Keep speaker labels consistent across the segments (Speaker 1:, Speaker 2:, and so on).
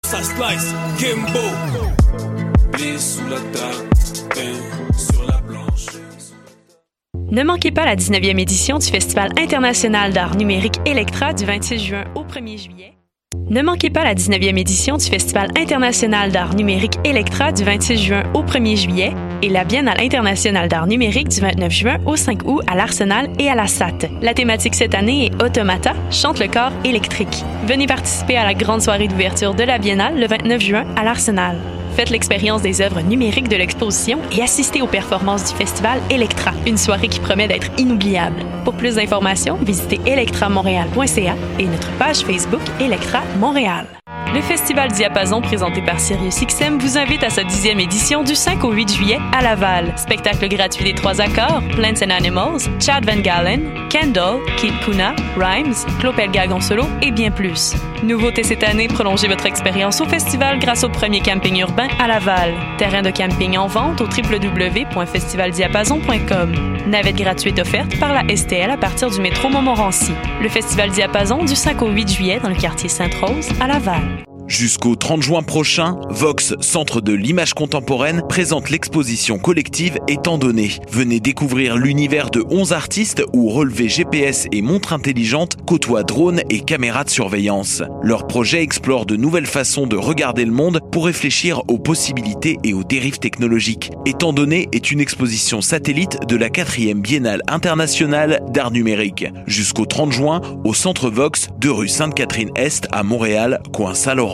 Speaker 1: ça slice, Kimbo. Pieds sous la table, pain sur la planche.
Speaker 2: Ne manquez pas la 19e édition du Festival international d'art numérique Electra du 26 juin au 1er juillet. Ne manquez pas la 19e édition du Festival international d'art numérique Electra du 26 juin au 1er juillet et la Biennale internationale d'art numérique du 29 juin au 5 août à l'Arsenal et à la SAT. La thématique cette année est Automata, chante le corps électrique. Venez participer à la grande soirée d'ouverture de la Biennale le 29 juin à l'Arsenal. Faites l'expérience des œuvres numériques de l'exposition et assistez aux performances du festival Electra, une soirée qui promet d'être inoubliable. Pour plus d'informations, visitez electramontréal.ca et notre page Facebook Electra Montréal. Le Festival Diapason, présenté par SiriusXM, vous invite à sa 10e édition du 5 au 8 juillet à Laval. Spectacle gratuit des 3 accords, Plants and Animals, Chad Van Galen, Kendall, Kid Kuna, Rhymes, Clopelgag en solo et bien plus. Nouveauté cette année, prolongez votre expérience au festival grâce au premier camping urbain à Laval. Terrain de camping en vente au www.festivaldiapason.com. Navette gratuite offerte par la STL à partir du métro Montmorency. Le Festival Diapason du 5 au 8 juillet dans le quartier Sainte-Rose à Laval.
Speaker 3: Jusqu'au 30 juin prochain, Vox, Centre de l'image contemporaine, présente l'exposition collective Étant donné. Venez découvrir l'univers de 11 artistes où relevés GPS et montres intelligentes côtoient drones et caméras de surveillance. Leur projet explore de nouvelles façons de regarder le monde pour réfléchir aux possibilités et aux dérives technologiques. Étant donné est une exposition satellite de la 4e Biennale internationale d'art numérique. Jusqu'au 30 juin, au Centre Vox, 2 rue Sainte-Catherine-Est à Montréal, coin Saint-Laurent.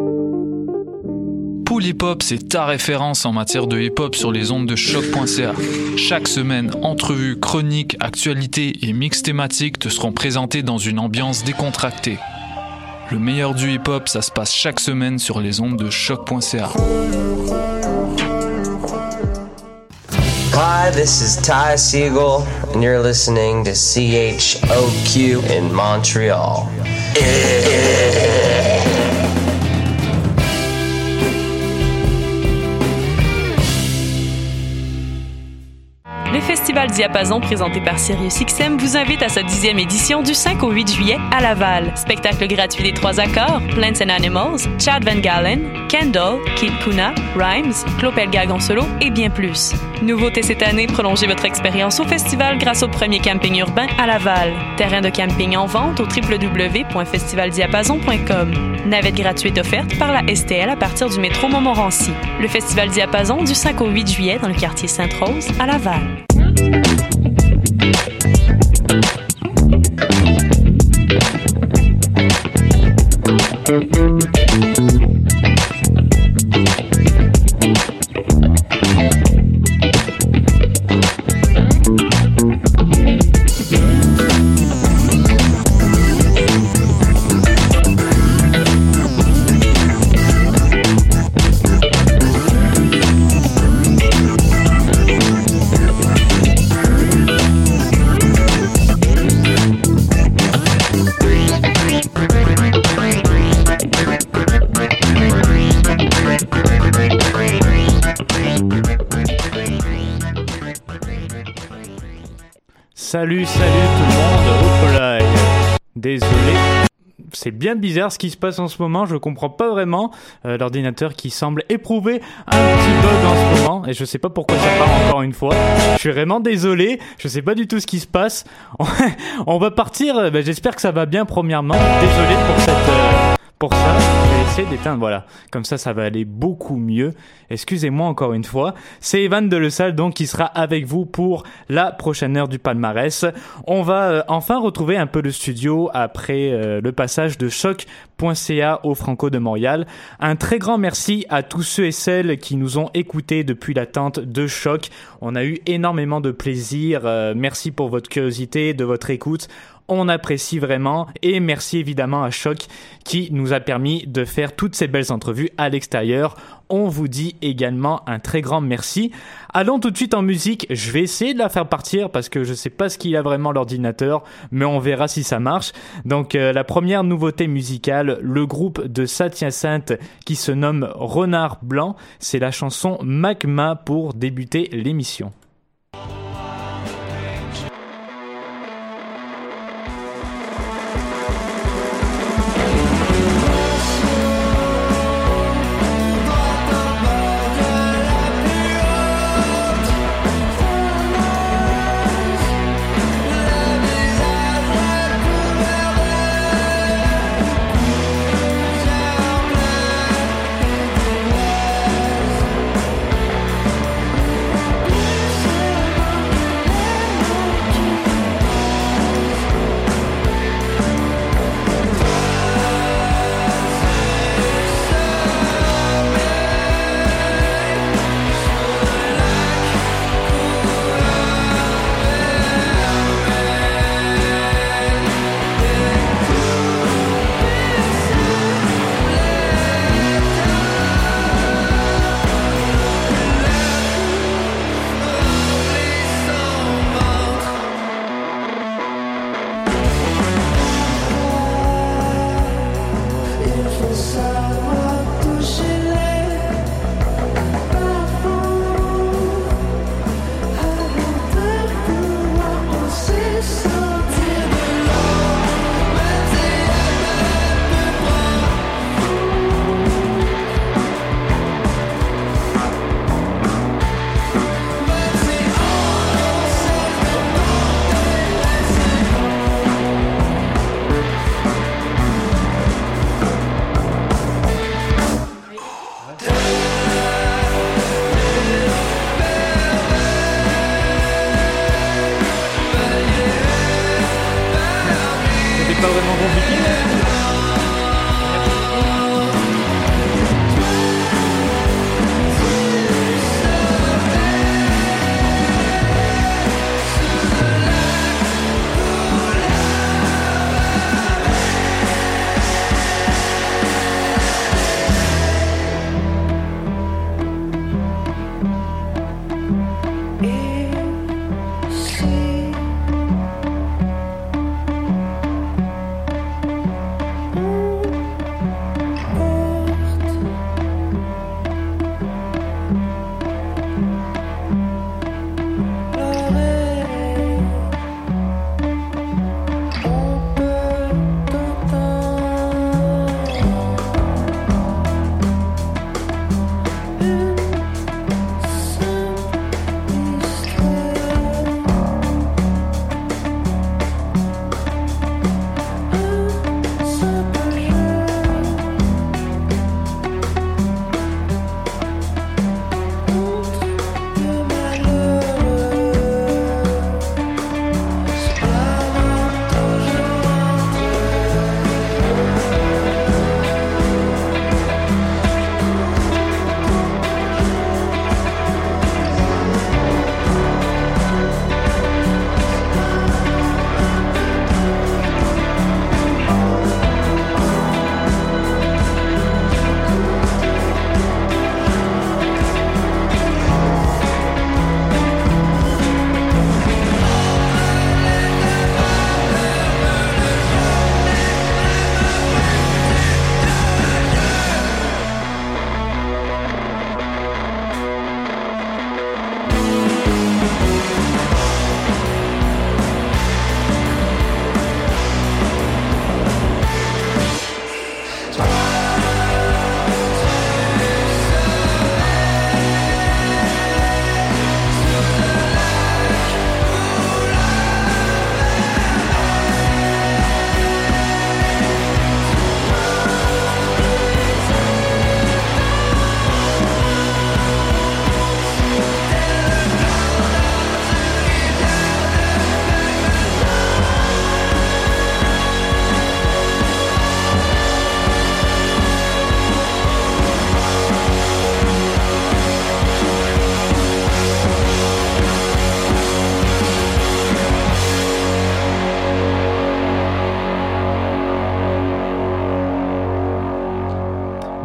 Speaker 4: Pool Hip Hop, c'est ta référence en matière de hip-hop sur les ondes de choc.ca. Chaque semaine, entrevues, chroniques, actualités et mix thématiques te seront présentés dans une ambiance décontractée. Le meilleur du hip-hop, ça se passe chaque semaine sur les ondes de choc.ca.
Speaker 5: Hi, this is Ty Siegel, and you're listening to CHOQ in Montreal.
Speaker 2: Le Festival Diapason, présenté par SiriusXM, vous invite à sa 10e édition du 5 au 8 juillet à Laval. Spectacle gratuit des 3 accords, Plants and Animals, Chad Van Galen, Kendall, Kid Kuna, Rhymes, Clopelgag en solo et bien plus. Nouveauté cette année, prolongez votre expérience au festival grâce au premier camping urbain à Laval. Terrain de camping en vente au www.festivaldiapason.com. Navette gratuite offerte par la STL à partir du métro Montmorency. Le Festival Diapason du 5 au 8 juillet dans le quartier Sainte-Rose à Laval.
Speaker 6: Salut tout le monde, hop là, désolé, c'est bien bizarre ce qui se passe en ce moment, je comprends pas vraiment, l'ordinateur qui semble éprouver un petit bug en ce moment, et je sais pas pourquoi ça part encore une fois, je suis vraiment désolé, je sais pas du tout ce qui se passe, on va partir, j'espère que ça va bien premièrement, désolé pour ça, je vais essayer d'éteindre, voilà. Comme ça va aller beaucoup mieux. Excusez-moi encore une fois. C'est Evan de Le Salle, donc, qui sera avec vous pour la prochaine heure du palmarès. On va enfin retrouver un peu le studio après le passage de choc.ca au Franco de Montréal. Un très grand merci à tous ceux et celles qui nous ont écoutés depuis l'attente de Choc. On a eu énormément de plaisir. Merci pour votre curiosité, de votre écoute. On apprécie vraiment et merci évidemment à Choc qui nous a permis de faire toutes ces belles entrevues à l'extérieur. On vous dit également un très grand merci. Allons tout de suite en musique. Je vais essayer de la faire partir parce que je sais pas ce qu'il a vraiment l'ordinateur, mais on verra si ça marche. Donc la première nouveauté musicale, le groupe de Saint-Hyacinthe qui se nomme Renard Blanc. C'est la chanson Magma pour débuter l'émission.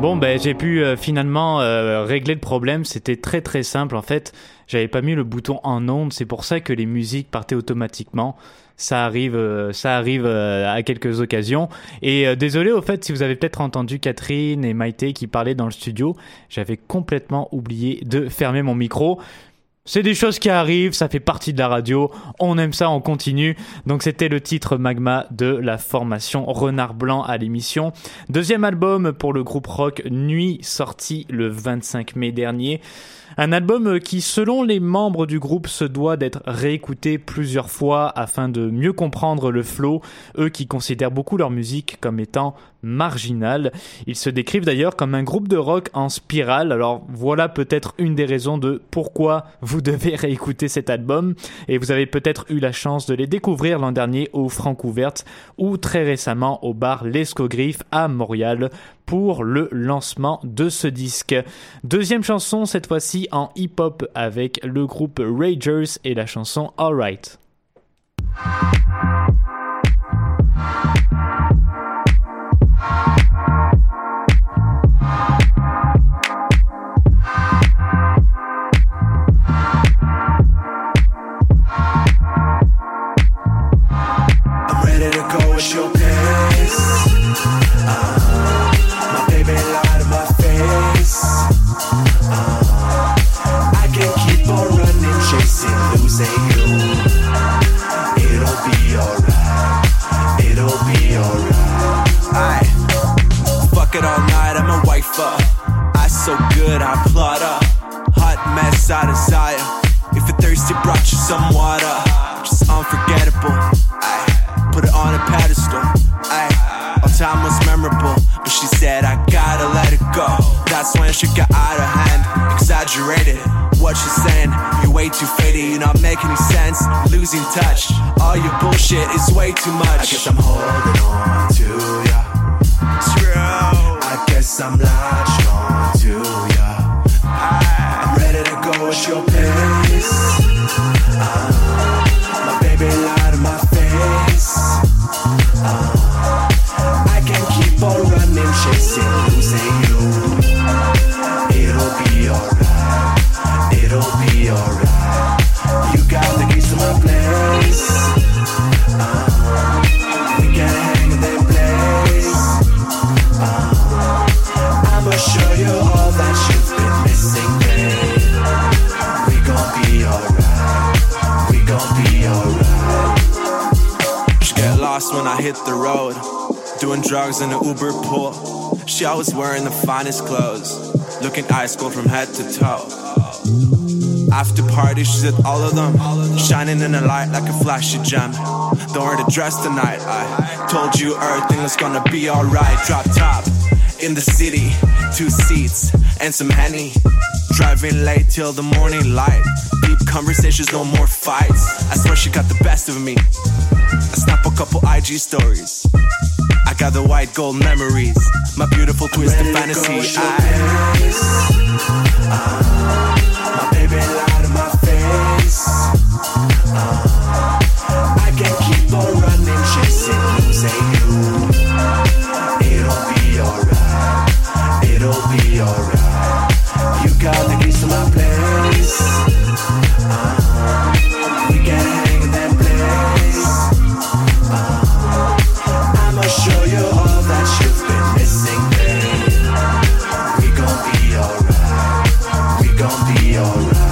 Speaker 6: Bon, j'ai pu finalement régler le problème. C'était très très simple en fait. J'avais pas mis le bouton en onde, c'est pour ça que les musiques partaient automatiquement. Ça arrive à quelques occasions. Et désolé au fait si vous avez peut-être entendu Catherine et Maïté qui parlaient dans le studio. J'avais complètement oublié de fermer mon micro. C'est des choses qui arrivent, ça fait partie de la radio, on aime ça, on continue. Donc c'était le titre Magma de la formation Renard Blanc à l'émission. Deuxième album pour le groupe rock Nuit, sorti le 25 mai dernier. Un album qui, selon les membres du groupe, se doit d'être réécouté plusieurs fois afin de mieux comprendre le flow, eux qui considèrent beaucoup leur musique comme étant marginale. Ils se décrivent d'ailleurs comme un groupe de rock en spirale, alors voilà peut-être une des raisons de pourquoi vous devez réécouter cet album, et vous avez peut-être eu la chance de les découvrir l'an dernier au Francouverte ou très récemment au bar L'Escogriffe à Montréal pour le lancement de ce disque. Deuxième chanson, cette fois-ci en hip-hop avec le groupe Ragers et la chanson Alright.
Speaker 1: I'm ready to go with your pace. My baby lied to my face. I can't keep on running, chasing, losing you. It'll be alright. It'll be alright. Aye. Fuck it all night, I'm a wifer. I so good, I plot up. Hot mess, I desire. If you're thirsty, brought you some water. Just unforgettable. Aye. Put it on a pedestal. Aye. All time was memorable, but she said I gotta let it go. That's when she got out of hand. Exaggerated. What you saying? You're way too faded. You're not making any sense. Losing touch. All your bullshit is way too much. I guess I'm holding on to ya. True. I guess I'm latching on to ya. I'm ready to go at your pace. My baby lied to my face. I can't keep on running, chasing, losing you. It'll be alright. It'll be alright. You got the keys to my place. We can hang in that place. I'ma show you all that you've been missing, babe. We gon' be alright. We gon' be alright. She get lost when I hit the road. Doing drugs in an Uber pool. She always wearing the finest clothes. Looking ice cold from head to toe. After party, she's at all of them. Shining in the light like a flashy gem. Don't wear the dress tonight. I told you everything was gonna be alright. Drop top in the city, 2 seats and some Henny. Driving late till the morning light. Deep conversations, no more fights. I swear she got the best of me. I snap a couple IG stories. I got the white gold memories. My beautiful twisted fantasy. My baby lied to my face. I can't keep on running, chasing, losing you. It'll be alright. It'll be alright. You got the keys to my place. We can hang in that place. I'ma show you all that you've been missing, babe. We gon' be alright. We gon' be alright.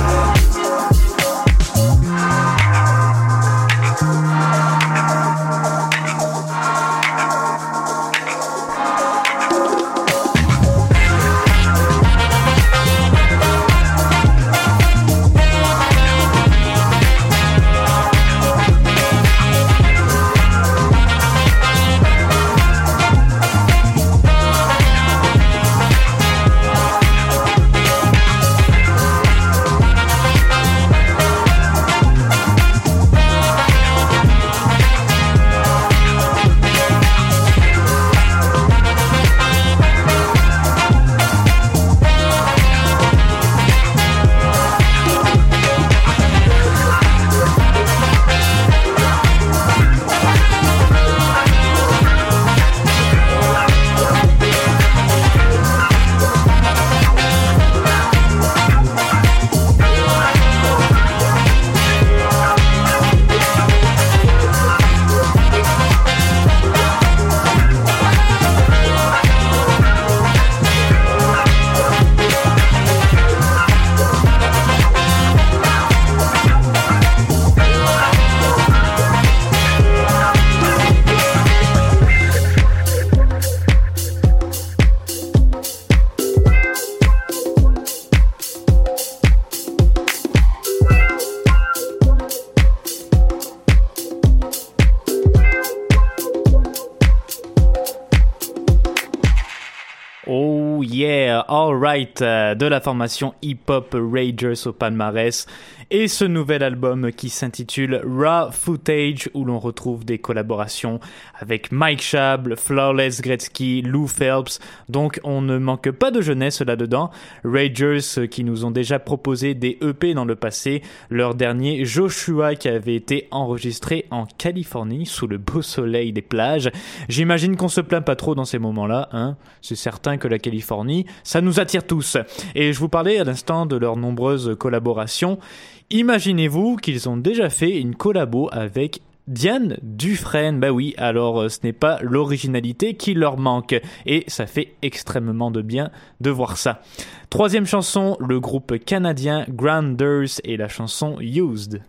Speaker 6: Oh yeah, alright, de la formation hip-hop Ragers au palmarès. Et ce nouvel album qui s'intitule Raw Footage, où l'on retrouve des collaborations avec Mike Schaab, Flawless Gretzky, Lou Phelps. Donc on ne manque pas de jeunesse là-dedans. Ragers qui nous ont déjà proposé des EP dans le passé. Leur dernier Joshua qui avait été enregistré en Californie sous le beau soleil des plages. J'imagine qu'on se plaint pas trop dans ces moments-là, hein. C'est certain que la Californie, ça nous attire tous. Et je vous parlais à l'instant de leurs nombreuses collaborations. Imaginez-vous qu'ils ont déjà fait une collabo avec Diane Dufresne. Bah oui, alors ce n'est pas l'originalité qui leur manque. Et ça fait extrêmement de bien de voir ça. Troisième chanson, le groupe canadien Grounders et la chanson Used.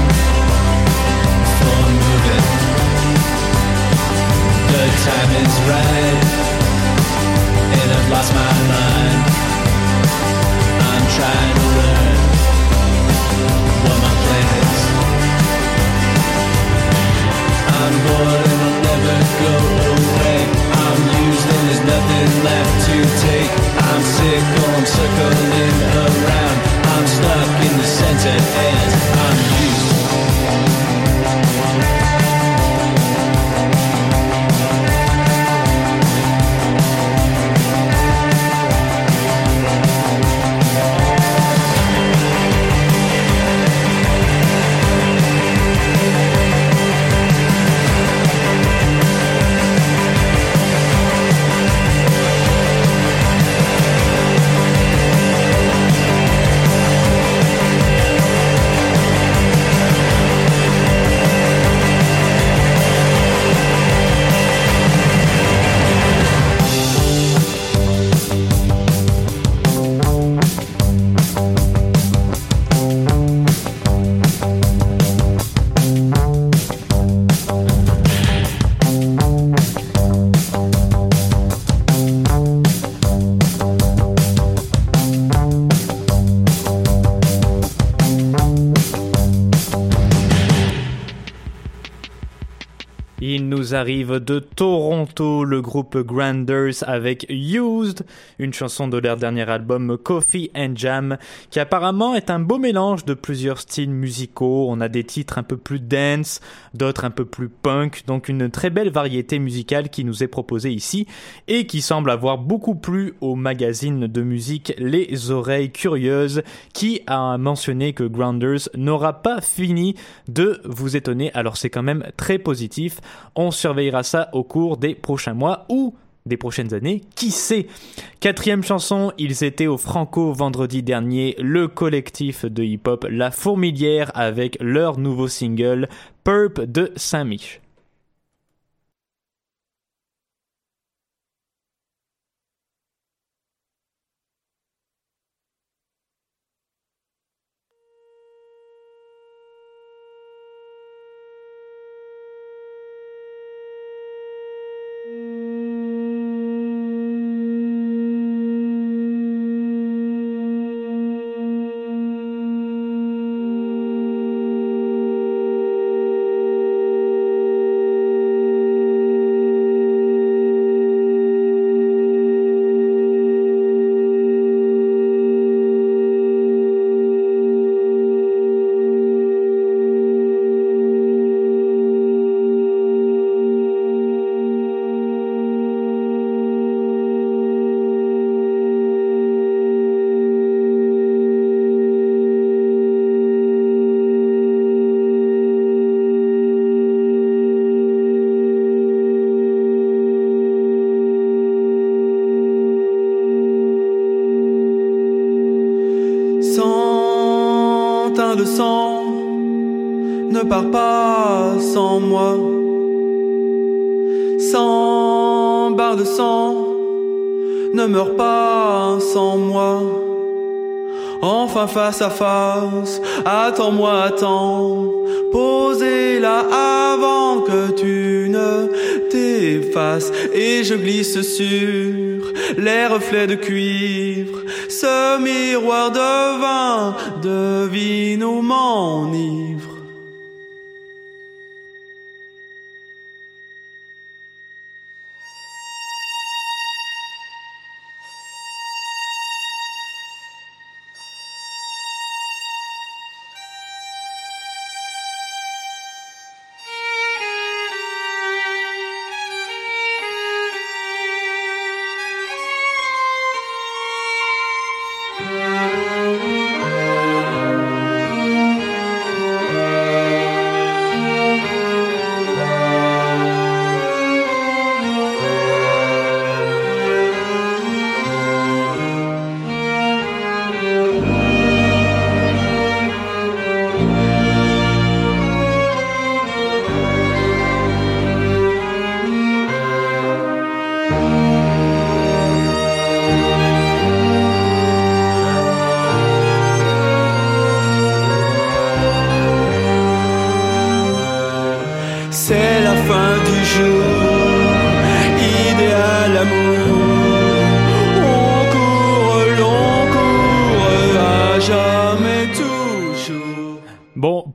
Speaker 1: Time is I'm circling around, I'm stuck in the center and I'm used.
Speaker 6: Il nous arrive de Toronto, le groupe Granders avec Used, une chanson de leur dernier album Coffee and Jam, qui apparemment est un beau mélange de plusieurs styles musicaux. On a des titres un peu plus dance, d'autres un peu plus punk, donc une très belle variété musicale qui nous est proposée ici et qui semble avoir beaucoup plu au magazine de musique Les Oreilles Curieuses, qui a mentionné que Grounders n'aura pas fini de vous étonner. Alors c'est quand même très positif. On surveillera ça au cours des prochains mois ou des prochaines années, qui sait. 4e chanson, ils étaient au Franco vendredi dernier, le collectif de hip-hop La Fourmilière avec leur nouveau single Purp de Saint-Mich.
Speaker 7: De sang ne pars pas sans moi, sans barre de sang ne meurs pas sans moi. Enfin face à face, attends-moi, attends, posez là avant que tu ne t'effaces. Et je glisse sur les reflets de cuivre, ce miroir de vin, devine où m'enivre.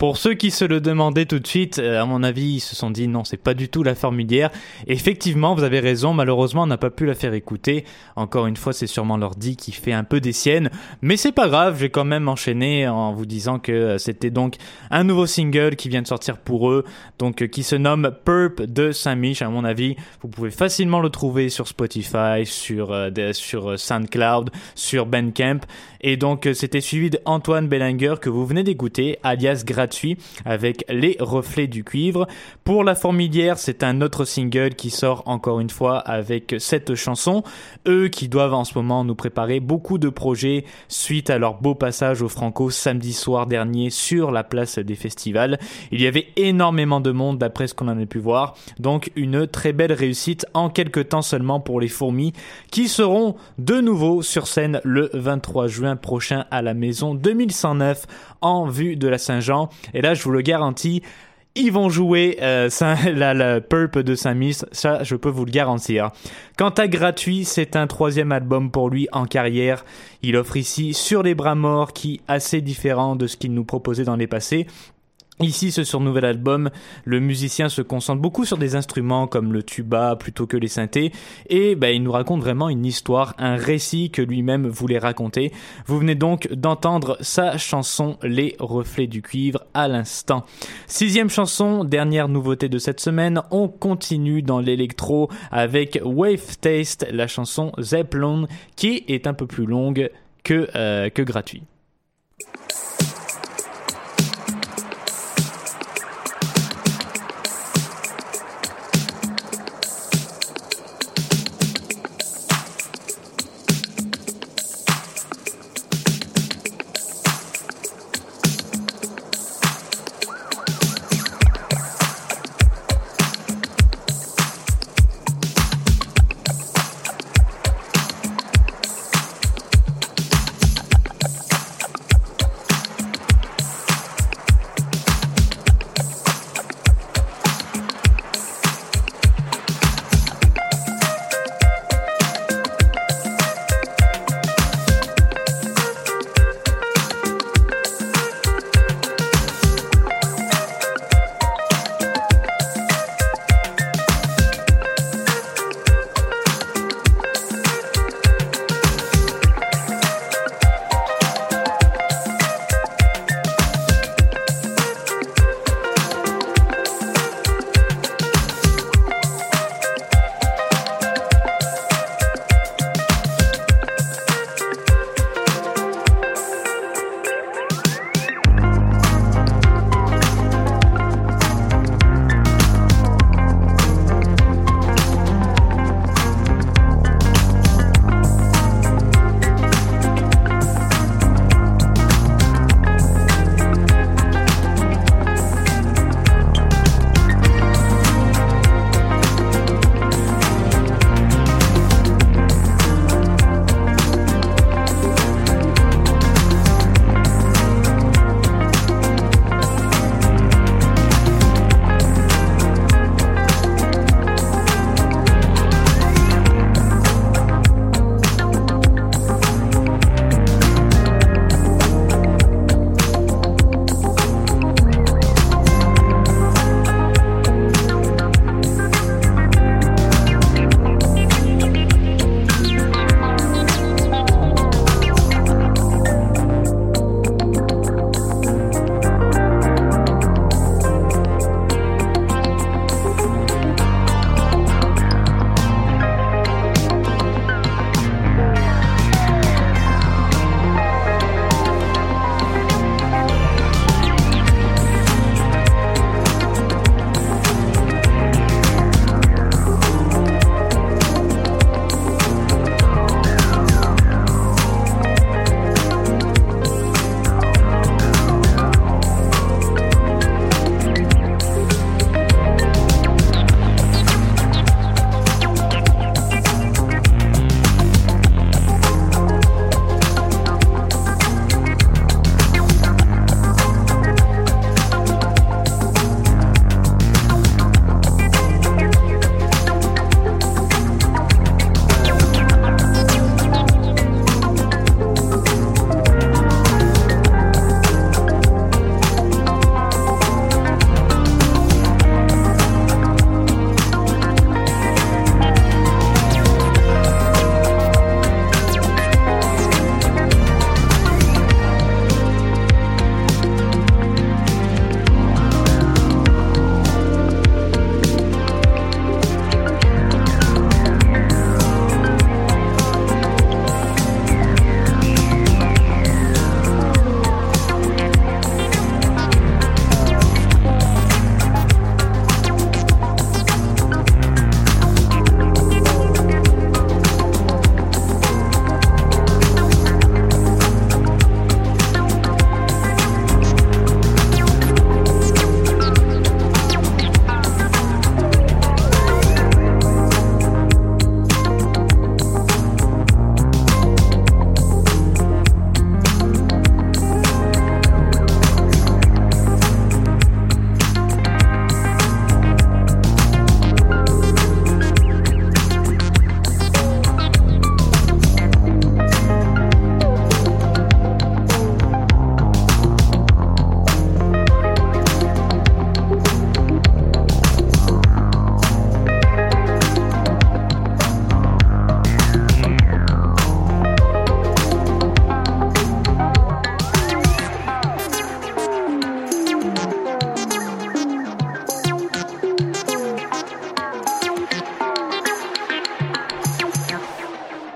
Speaker 6: Pour ceux qui se le demandaient tout de suite, à mon avis, ils se sont dit non, c'est pas du tout La Fourmilière. Effectivement, vous avez raison, malheureusement, on n'a pas pu la faire écouter. Encore une fois, c'est sûrement l'ordi qui fait un peu des siennes, mais c'est pas grave, j'ai quand même enchaîné en vous disant que c'était donc un nouveau single qui vient de sortir pour eux, donc qui se nomme Purp de Saint-Mich. À mon avis, vous pouvez facilement le trouver sur Spotify, sur SoundCloud, sur Bandcamp. Et donc, c'était suivi d'Antoine Bellinger que vous venez d'écouter, alias Gratuit, avec Les Reflets du Cuivre. Pour La Fourmilière, c'est un autre single qui sort encore une fois avec cette chanson. Eux qui doivent en ce moment nous préparer beaucoup de projets suite à leur beau passage au Franco samedi soir dernier sur la place des festivals. Il y avait énormément de monde d'après ce qu'on en a pu voir. Donc, une très belle réussite en quelques temps seulement pour les Fourmis qui seront de nouveau sur scène le 23 juin prochain à la Maison 2109 en vue de la Saint-Jean. Et là, je vous le garantis, ils vont jouer la Purp de Saint-Mich, ça je peux vous le garantir. Quant à Gratuit, c'est un 3e album pour lui en carrière. Il offre ici Sur les bras morts, qui est assez différent de ce qu'il nous proposait dans les passés. Ici, sur nouvel album, le musicien se concentre beaucoup sur des instruments comme le tuba plutôt que les synthés et il nous raconte vraiment une histoire, un récit que lui-même voulait raconter. Vous venez donc d'entendre sa chanson Les Reflets du Cuivre à l'instant. 6e chanson, dernière nouveauté de cette semaine, on continue dans l'électro avec Wave Taste, la chanson Zeppelin qui est un peu plus longue que Gratuit.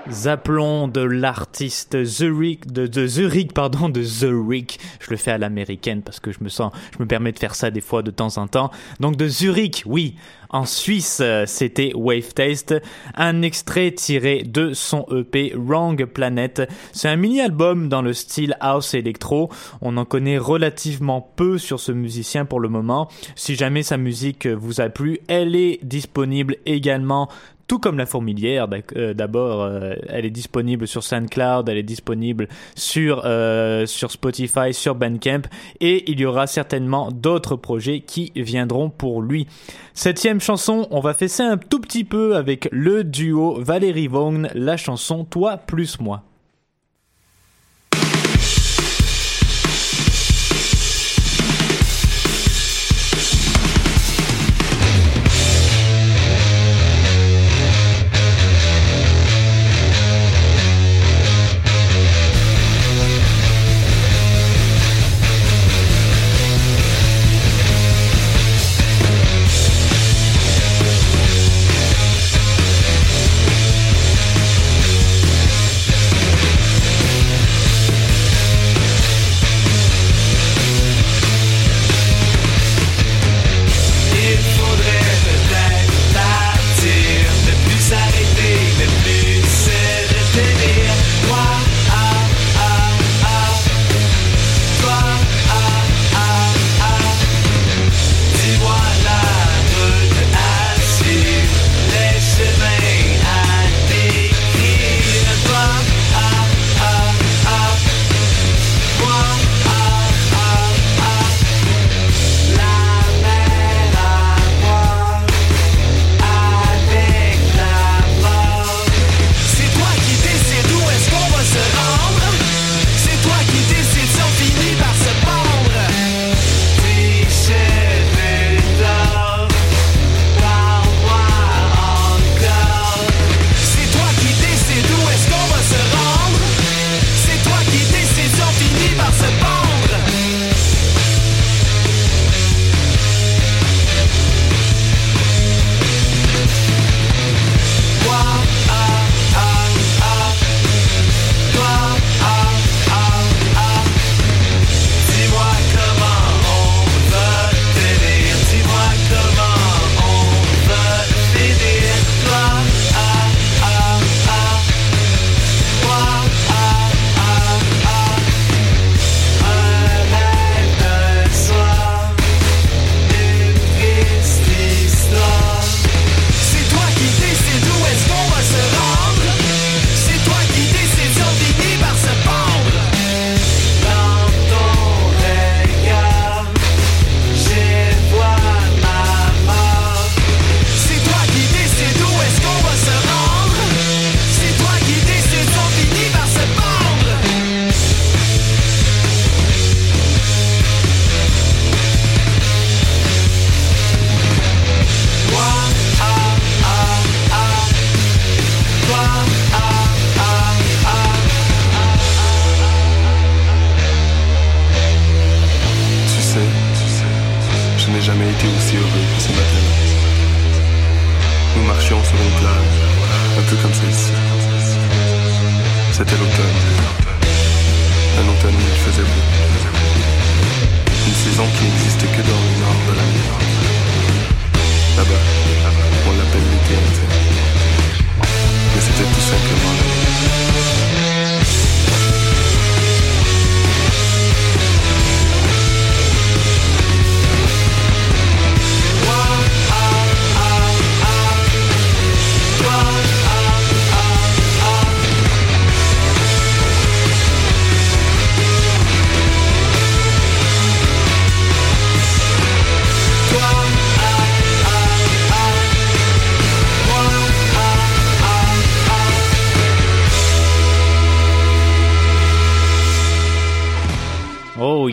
Speaker 6: Appelons de l'artiste Zurich, de Zurich. Je le fais à l'américaine parce que je me permets de faire ça des fois de temps en temps. Donc de Zurich, oui. En Suisse, c'était Wave Taste, un extrait tiré de son EP Wrong Planet. C'est un mini-album dans le style house électro. On en connaît relativement peu sur ce musicien pour le moment. Si jamais sa musique vous a plu, elle est disponible également tout comme La Fourmilière. D'abord, elle est disponible sur SoundCloud, elle est disponible sur Spotify, sur Bandcamp, et il y aura certainement d'autres projets qui viendront pour lui. 7e chanson, on va fesser un tout petit peu avec le duo Valérie Vaughn, la chanson Toi plus moi.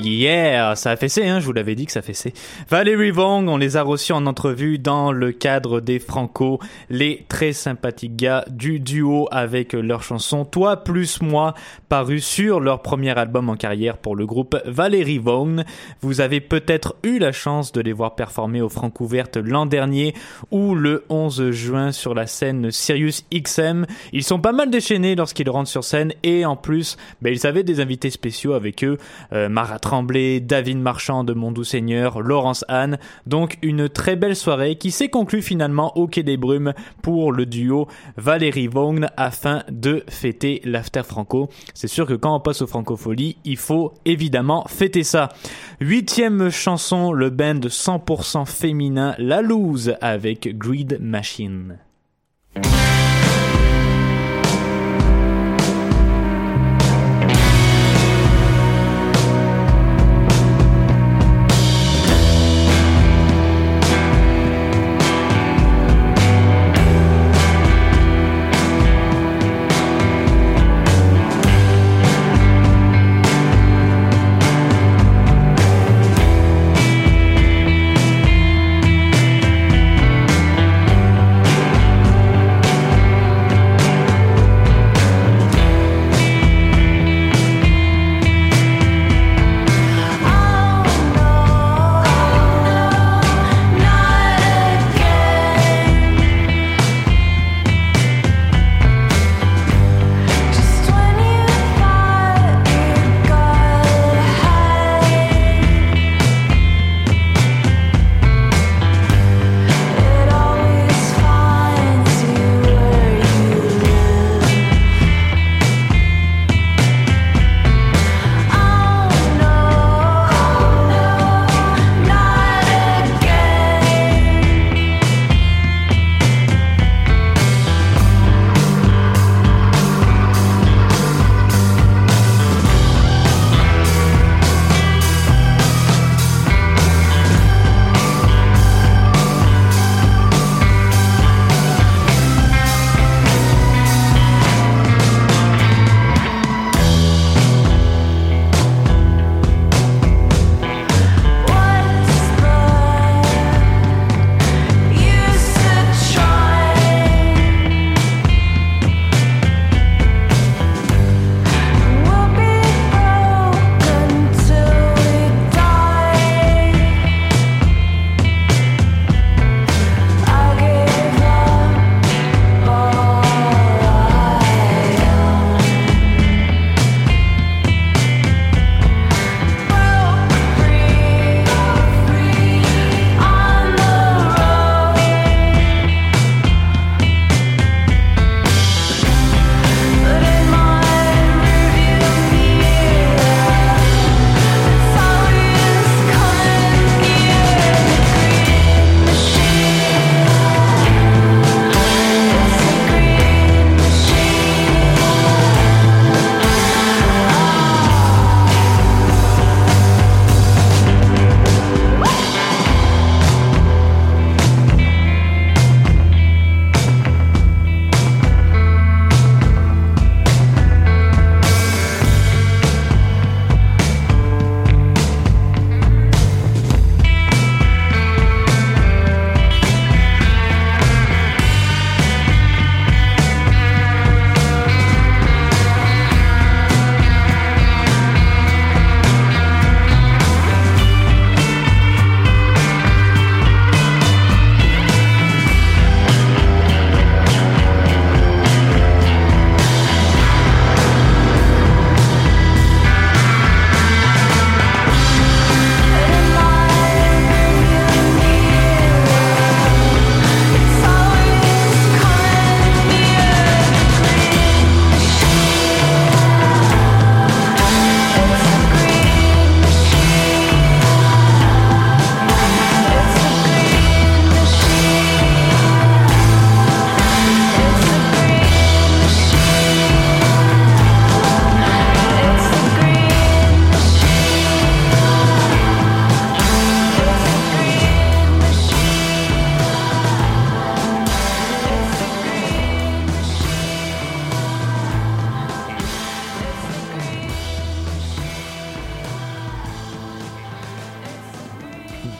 Speaker 6: Yeah, ça a fessé, je vous l'avais dit que ça fessait. Valérie Vong, on les a reçus en entrevue dans le cadre des Franco, les très sympathiques gars du duo avec leur chanson Toi plus moi, paru sur leur premier album en carrière pour le groupe Valérie Vong. Vous avez peut-être eu la chance de les voir performer au Francouverte l'an dernier ou le 11 juin sur la scène Sirius XM. Ils sont pas mal déchaînés lorsqu'ils rentrent sur scène et en plus, ils avaient des invités spéciaux avec eux, Mara Tremblay, David Marchand de Mon Doux Seigneur, Laurence Anne. Donc une très belle soirée qui s'est conclue finalement au Quai des Brumes pour le duo Valérie Vong afin de fêter l'After Franco. C'est sûr que quand on passe au Francofolie, il faut évidemment fêter ça. 8e chanson, le band 100% féminin La Loose avec Greed Machine.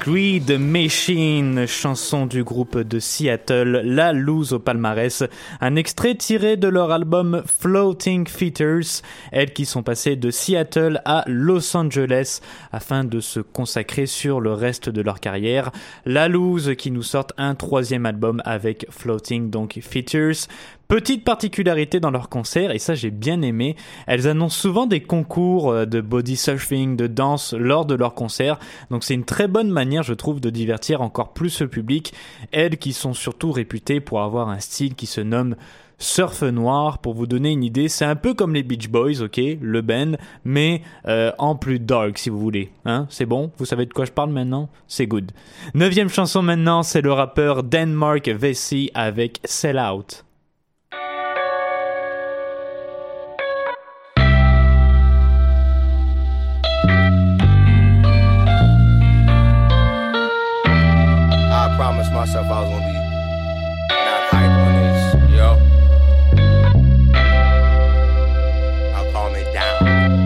Speaker 6: Greed Machine, chanson du groupe de Seattle, La Loose au palmarès, un extrait tiré de leur album Floating Features, elles qui sont passées de Seattle à Los Angeles afin de se consacrer sur le reste de leur carrière. La Loose qui nous sortent un 3e album avec Floating donc Features. Petite particularité dans leurs concerts, et ça j'ai bien aimé, elles annoncent souvent des concours de body surfing, de danse lors de leurs concerts, donc c'est une très bonne manière je trouve de divertir encore plus le public, elles qui sont surtout réputées pour avoir un style qui se nomme surf noir. Pour vous donner une idée, c'est un peu comme les Beach Boys, ok, le band, mais en plus dark si vous voulez, hein, c'est bon, vous savez de quoi je parle maintenant, c'est good. 9e chanson maintenant, c'est le rappeur Denmark Vesey avec Sell Out.
Speaker 8: Myself, I was gonna be not hype on this, yo. I'll calm it down.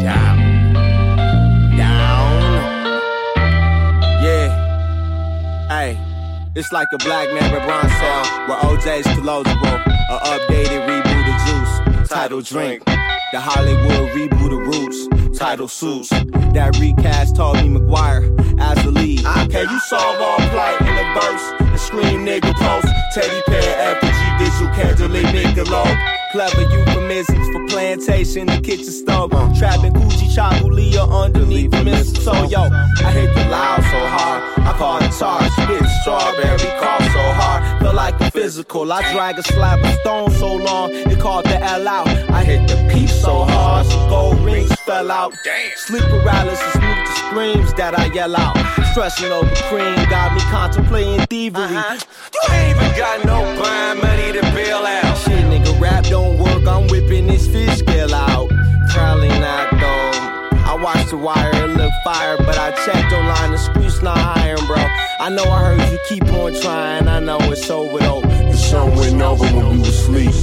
Speaker 8: Yeah. Hey, it's like a Black Mirror bronze cell where OJ's closable, a updated reboot of Juice, title Drink. The Hollywood reboot of Roots, title Suits. That recast Tobey Maguire as the lead. Can you solve all plight in a verse? And scream nigga post, Teddy Bear, FG, visual candidate, Michelob. Clever euphemisms for plantation, the kitchen stove. Trapping Gucci, Chabulia underneath the mistletoe. Yo, I hit the loud so hard, I call it charge. Spit strawberry, cough so hard, feel like a physical. I drag a slab of stone so long, it called the L out. I hit the peep so hard, some gold rings fell out. Sleep paralysis, move the screams that I yell out. Stressing over cream, got me contemplating thievery. You ain't even got no blind money to bail out. Shit, nigga, rap don't work, I'm whipping this fish scale out. Probably not though. I watched The Wire, it look fire, but I checked online, the streets not hiring, bro. I know I heard you keep on trying, I know it's over though. The sun went over when we was asleep.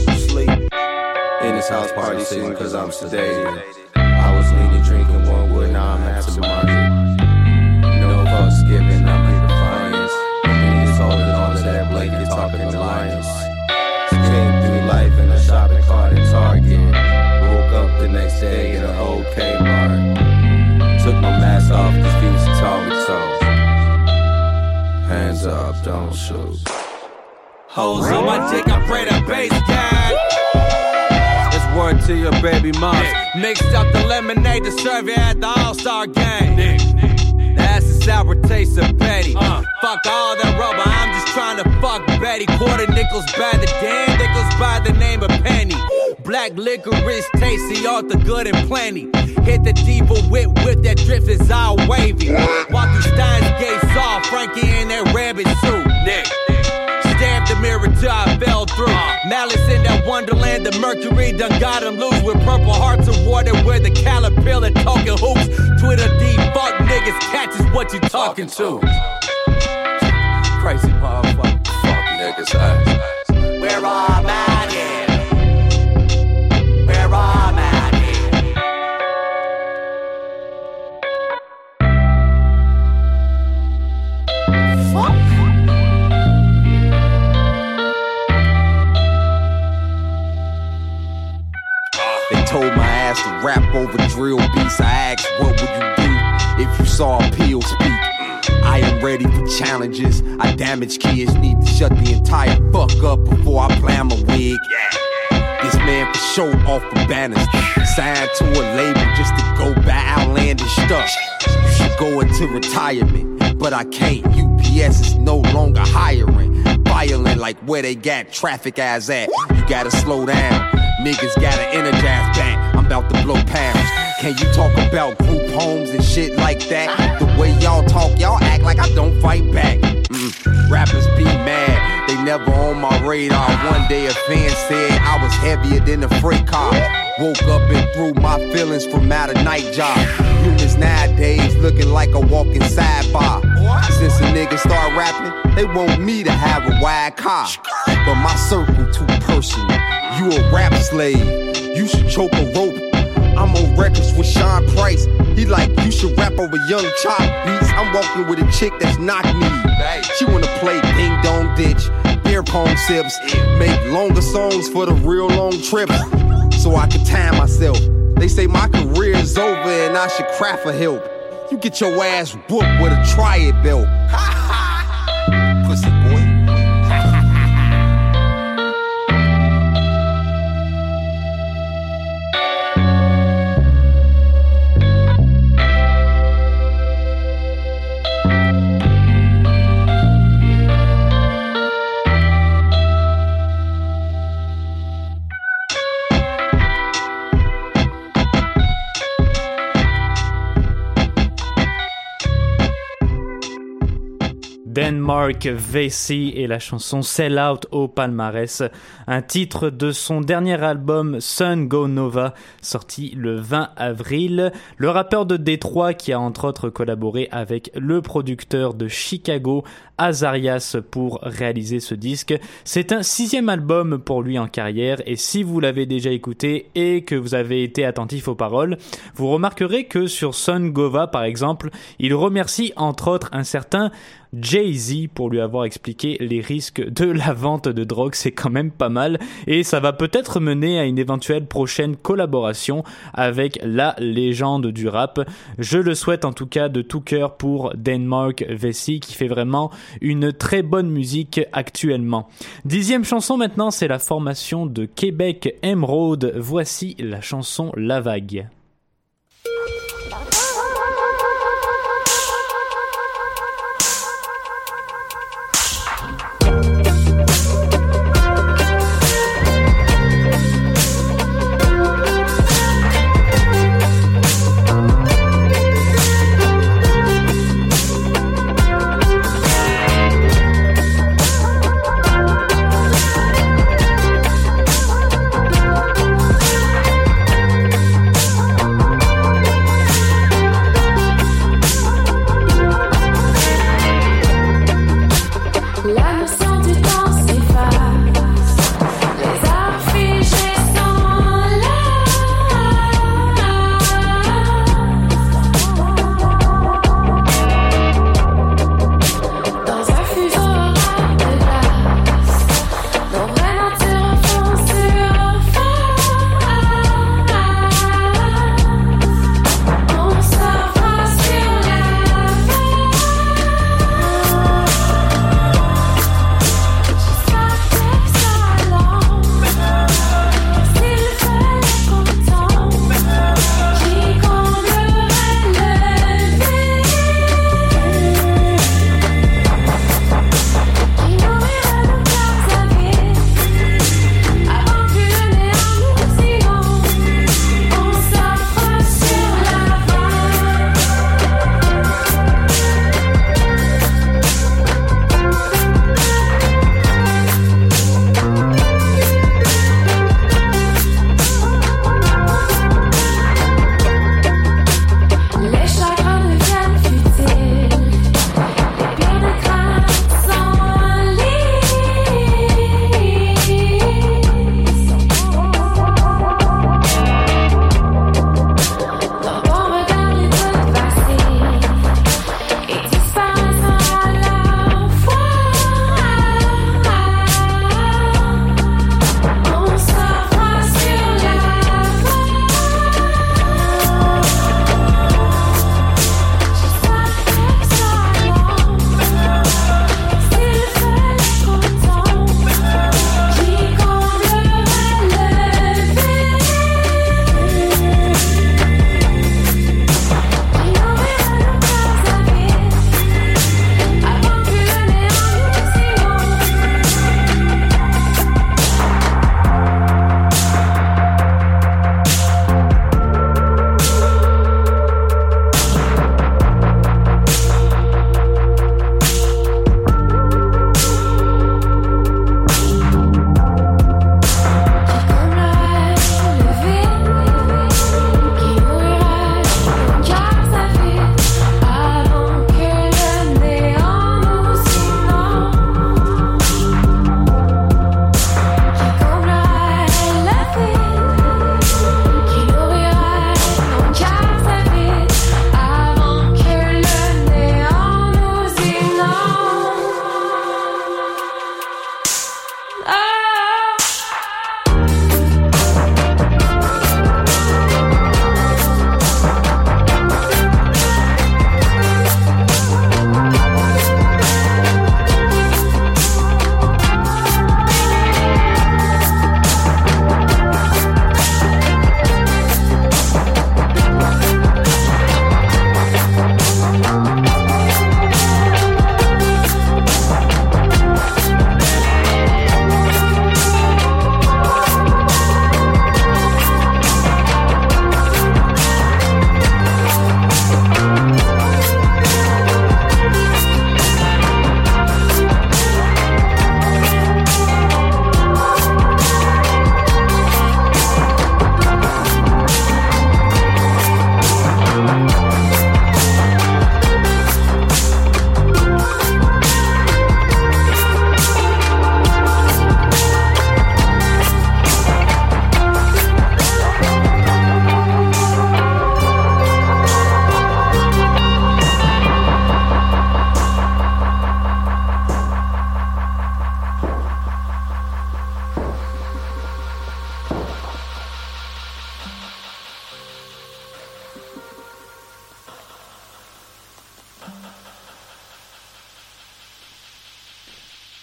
Speaker 8: In this house party sitting cause I'm sedated. I was leaning, drinking one wood, now I'm absent-minded. No fucks given, I'm in defiance. Niggas holding on to that blanket, talking alliance. Came through life in a shopping cart at Target. Woke up the next day in an old Kmart. Took my mask off, cause he was toe-to-toe. Hands up, don't shoot. Hoes on my dick, I pray that bass gang. Word to your baby mom. Mixed up the lemonade to serve you at the All-Star game. That's the sour taste of Betty. Fuck all that rubber, I'm just trying to fuck Betty. Quarter nickels by the damn nickels by the name of Penny. Black licorice, tasty, all the good and plenty. Hit the diva whip that drift is all wavy. Walk through Stein's Gate, saw Frankie in that rabbit suit. Stabbed the mirror till I fell through. Malice in that wonderland, the mercury done got him loose. With purple hearts of water where the caterpillar talking hoops. Twitter D, fuck niggas, cats is what you talking to. Crazy motherfucker, fuck niggas, Where I'm at, yeah. Where I'm at, yeah. Fuck. Told my ass to rap over drill beats. I asked, what would you do if you saw a pill speak? I am ready for challenges. I damage kids, need to shut the entire fuck up before I plan my wig. This man for show off the banners. Signed to a label just to go buy outlandish stuff. You should go into retirement, but I can't. UPS is no longer hiring. Violent like where they got traffic eyes at. You gotta slow down. Niggas got an energized back. I'm about to blow pounds. Can you talk about group homes and shit like that? The way y'all talk, y'all act like I don't fight back. Rappers be mad, they never on my radar. One day a fan said I was heavier than a freight car. Woke up and threw my feelings from out a night job. Humans nowadays looking like a walking sidebar. Since a nigga start rapping, they want me to have a wide car. But my circle too personal. You a rap slave, you should choke a rope.
Speaker 9: I'm on records with Sean Price. He like, you should rap over Young Chop beats. I'm walking with a chick that's knock me. She wanna play ding dong ditch, beer pong sips, make longer songs for the real long trips, so I can time myself. They say my career is over and I should cry for help. You get your ass whooped with a try it belt. Pussy boy.
Speaker 6: Denmark Vesey et la chanson Sell Out au palmarès, un titre de son dernier album Sun Go Nova, sorti le 20 avril. Le rappeur de Détroit qui a entre autres collaboré avec le producteur de Chicago, Azarias, pour réaliser ce disque. C'est un 6e album pour lui en carrière et si vous l'avez déjà écouté et que vous avez été attentif aux paroles, vous remarquerez que sur Sun Gova par exemple, il remercie entre autres un certain Jay-Z pour lui avoir expliqué les risques de la vente de drogue. C'est quand même pas mal et ça va peut-être mener à une éventuelle prochaine collaboration avec la légende du rap. Je le souhaite en tout cas de tout cœur pour Denmark Vesey qui fait vraiment une très bonne musique actuellement. 10e chanson maintenant, c'est la formation de Québec Emeraude. Voici la chanson La Vague.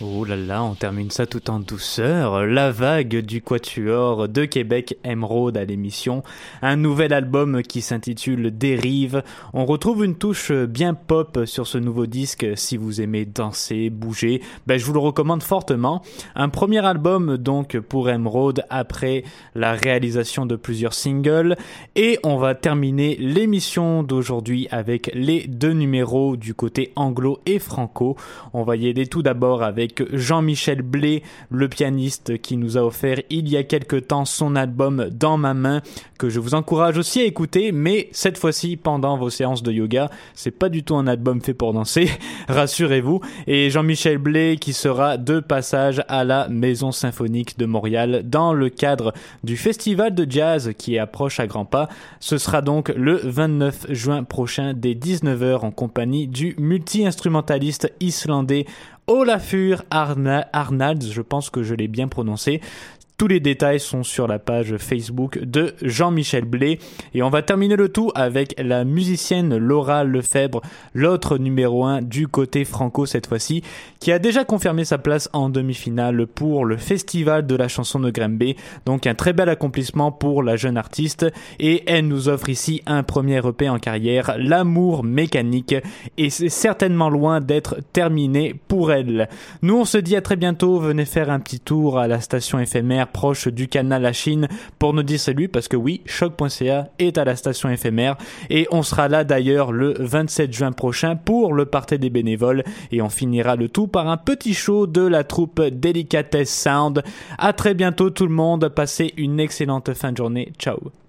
Speaker 6: Oh là là, on termine ça tout en douceur. La vague du quatuor de Québec Emeraude à l'émission. Un nouvel album qui s'intitule Dérive. On retrouve une touche bien pop sur ce nouveau disque. Si vous aimez danser, bouger, je vous le recommande fortement. Un premier album donc pour Emeraude après la réalisation de plusieurs singles. Et on va terminer l'émission d'aujourd'hui avec les 2 numéros du côté anglo et franco. On va y aller tout d'abord avec Jean-Michel Blé, le pianiste qui nous a offert il y a quelque temps son album Dans ma main, que je vous encourage aussi à écouter, mais cette fois-ci pendant vos séances de yoga. C'est pas du tout un album fait pour danser, rassurez-vous. Et Jean-Michel Blé qui sera de passage à la Maison Symphonique de Montréal dans le cadre du festival de jazz qui approche à grands pas. Ce sera donc le 29 juin prochain dès 19h en compagnie du multi-instrumentaliste islandais Olafur Arnalds, je pense que je l'ai bien prononcé. Tous les détails sont sur la page Facebook de Jean-Michel Blé. Et on va terminer le tout avec la musicienne Laura Lefebvre, l'autre numéro 1 du côté franco cette fois-ci, qui a déjà confirmé sa place en demi-finale pour le festival de la chanson de Granby. Donc un très bel accomplissement pour la jeune artiste. Et elle nous offre ici un premier EP en carrière, L'amour mécanique. Et c'est certainement loin d'être terminé pour elle. Nous on se dit à très bientôt. Venez faire un petit tour à la station éphémère proche du canal La Chine pour nous dire salut, parce que oui, choc.ca est à la station éphémère et on sera là d'ailleurs le 27 juin prochain pour le party des bénévoles et on finira le tout par un petit show de la troupe Delicatess Sound. À très bientôt tout le monde, passez une excellente fin de journée, ciao.